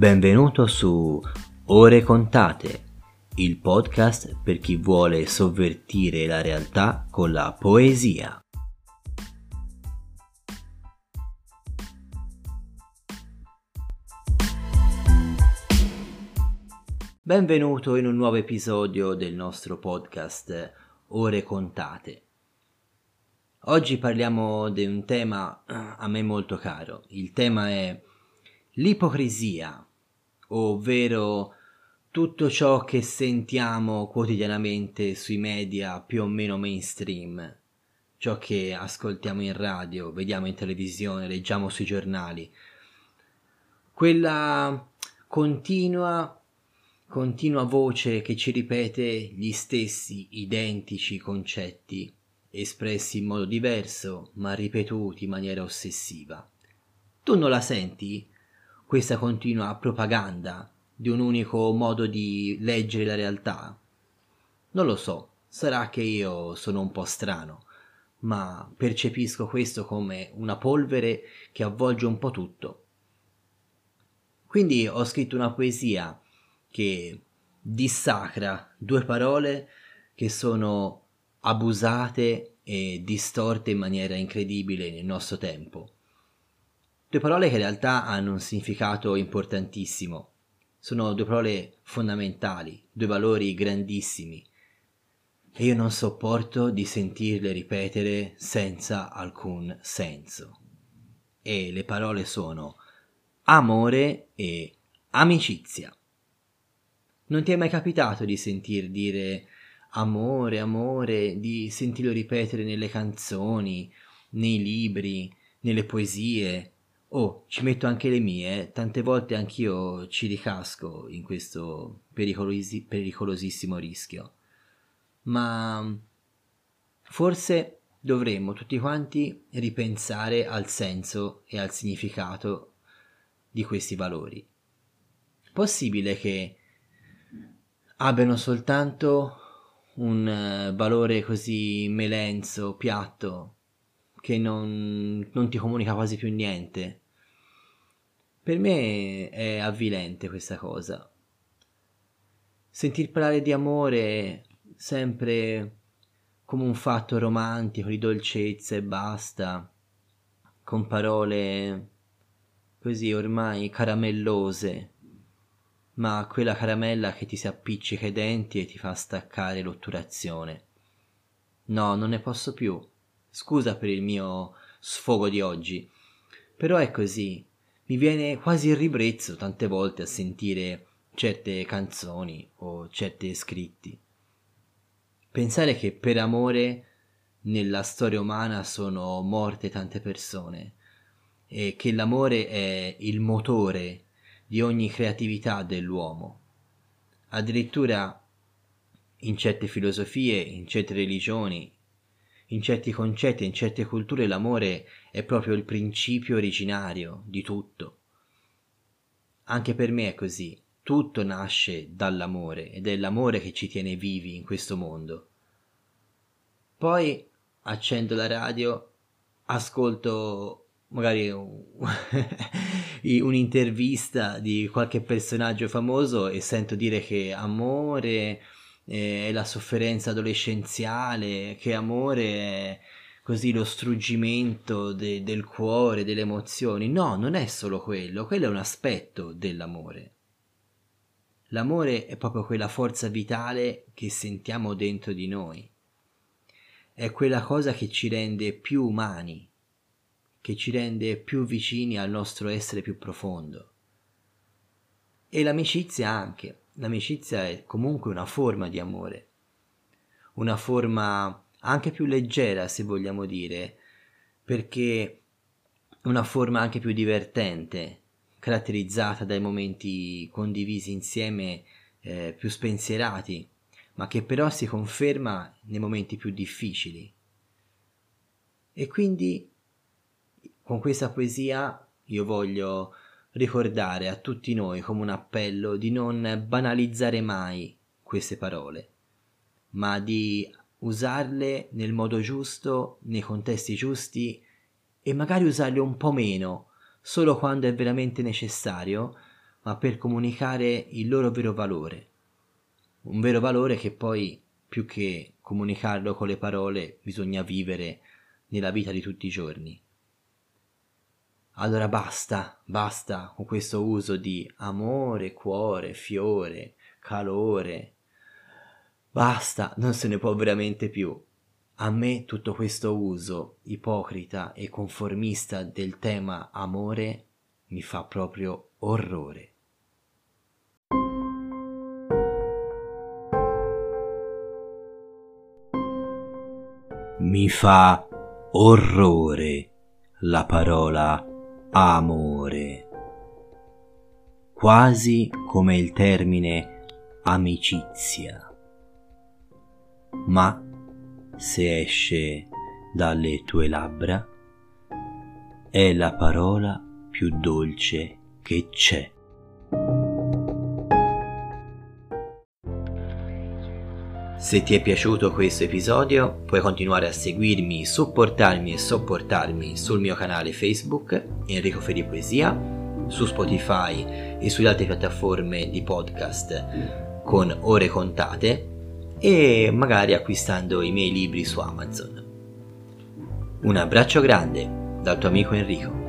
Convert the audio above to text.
Benvenuto su Ore Contate, il podcast per chi vuole sovvertire la realtà con la poesia. Benvenuto in un nuovo episodio del nostro podcast Ore Contate. Oggi parliamo di un tema a me molto caro. Il tema è l'ipocrisia, ovvero tutto ciò che sentiamo quotidianamente sui media più o meno mainstream, ciò che ascoltiamo in radio, vediamo in televisione, leggiamo sui giornali, quella continua voce che ci ripete gli stessi identici concetti, espressi in modo diverso ma ripetuti in maniera ossessiva. Tu non la senti? Questa continua propaganda di un unico modo di leggere la realtà? Non lo so, sarà che io sono un po' strano, ma percepisco questo come una polvere che avvolge un po' tutto. Quindi ho scritto una poesia che dissacra due parole che sono abusate e distorte in maniera incredibile nel nostro tempo. Due parole che in realtà hanno un significato importantissimo. Sono due parole fondamentali, due valori grandissimi. E io non sopporto di sentirle ripetere senza alcun senso. E le parole sono amore e amicizia. Non ti è mai capitato di sentir dire amore, amore, di sentirlo ripetere nelle canzoni, nei libri, nelle poesie? Oh, ci metto anche le mie, tante volte anch'io ci ricasco in questo pericolosissimo rischio. Ma forse dovremmo tutti quanti ripensare al senso e al significato di questi valori. Possibile che abbiano soltanto un valore così melenso, piatto, che non ti comunica quasi più niente? Per me è avvilente questa cosa. Sentir parlare di amore sempre come un fatto romantico, di dolcezza e basta, con parole così ormai caramellose, ma quella caramella che ti si appiccica ai denti e ti fa staccare l'otturazione. No, non ne posso più. Scusa per il mio sfogo di oggi, però è così. Mi viene quasi il ribrezzo tante volte a sentire certe canzoni o certi scritti. Pensare che per amore nella storia umana sono morte tante persone e che l'amore è il motore di ogni creatività dell'uomo. Addirittura in certe filosofie, in certe religioni, in certi concetti, in certe culture l'amore è proprio il principio originario di tutto. Anche per me è così, tutto nasce dall'amore ed è l'amore che ci tiene vivi in questo mondo. Poi accendo la radio, ascolto magari un'intervista di qualche personaggio famoso e sento dire che amore è la sofferenza adolescenziale, che amore è così lo struggimento del cuore, delle emozioni. No, non è solo quello è un aspetto dell'amore. L'amore è proprio quella forza vitale che sentiamo dentro di noi. È quella cosa che ci rende più umani, che ci rende più vicini al nostro essere più profondo. E l'amicizia anche. L'amicizia è comunque una forma di amore, una forma anche più leggera, se vogliamo dire, perché una forma anche più divertente, caratterizzata dai momenti condivisi insieme più spensierati, ma che però si conferma nei momenti più difficili. E quindi con questa poesia io voglio ricordare a tutti noi come un appello di non banalizzare mai queste parole, ma di usarle nel modo giusto, nei contesti giusti e magari usarle un po' meno, solo quando è veramente necessario, ma per comunicare il loro vero valore. Un vero valore che poi, più che comunicarlo con le parole, bisogna vivere nella vita di tutti i giorni. Allora basta con questo uso di amore, cuore, fiore, calore. Basta, non se ne può veramente più. A me tutto questo uso ipocrita e conformista del tema amore mi fa proprio orrore. Mi fa orrore la parola amore, quasi come il termine amicizia, ma se esce dalle tue labbra è la parola più dolce che c'è. Se ti è piaciuto questo episodio, puoi continuare a seguirmi, supportarmi e sopportarmi sul mio canale Facebook, Enrico Feri Poesia, su Spotify e sulle altre piattaforme di podcast con ore contate e magari acquistando i miei libri su Amazon. Un abbraccio grande dal tuo amico Enrico.